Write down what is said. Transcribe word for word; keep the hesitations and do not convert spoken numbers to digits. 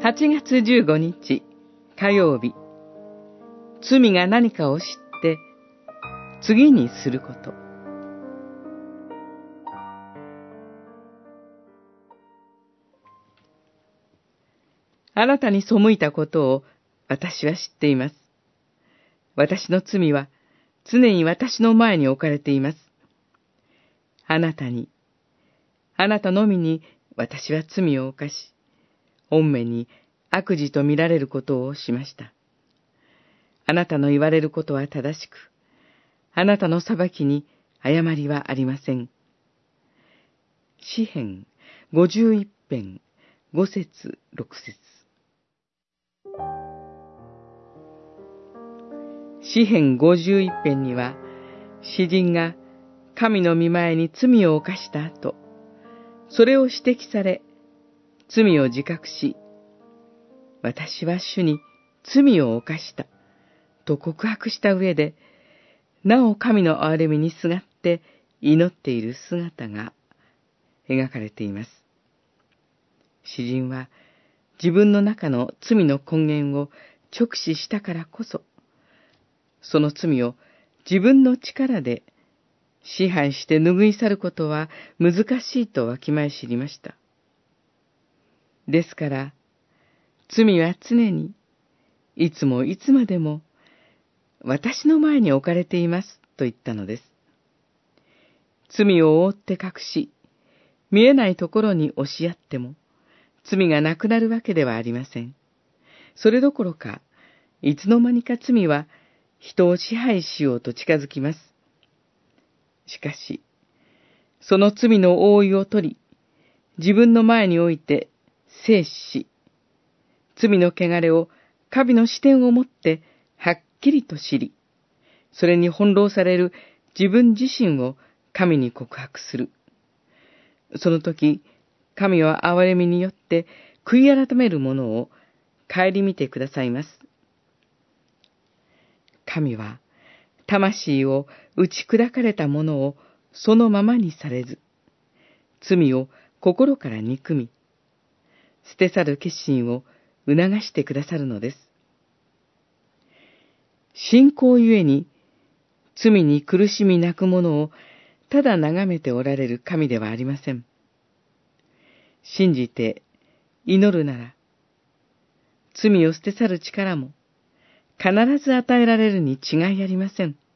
はちがつじゅうごにち火曜日、罪が何かを知って次にすること。あなたに背いたことを私は知っています。私の罪は常に私の前に置かれています。あなたに、あなたのみに私は罪を犯し、御目に悪事と見られることをしました。あなたの言われることは正しく、あなたの裁きに誤りはありません。詩編ごじゅういっぺんごせつろくせつ。詩編ごじゅういっぺんには、詩人が神の御前に罪を犯した後、それを指摘され、罪を自覚し、私は主に罪を犯した、と告白した上で、なお神の憐れみにすがって祈っている姿が描かれています。詩人は自分の中の罪の根源を直視したからこそ、その罪を自分の力で支配して拭い去ることは難しいとわきまえ知りました。ですから、罪は常に、いつもいつまでも、私の前に置かれていますと言ったのです。罪を覆って隠し、見えないところに押しやっても、罪がなくなるわけではありません。それどころか、いつの間にか罪は人を支配しようと近づきます。しかし、その罪の覆いを取り、自分の前に置いて制止し、罪の汚れを神の視点をもってはっきりと知り、それに翻弄される自分自身を神に告白する。その時、神は憐れみによって悔い改める者を顧みてくださいます。神は、魂を打ち砕かれた者をそのままにされず、罪を心から憎み、捨て去る決心を促してくださるのです。信仰ゆえに、罪に苦しみ泣く者をただ眺めておられる神ではありません。信じて祈るなら、罪を捨て去る力も必ず与えられるに違いありません。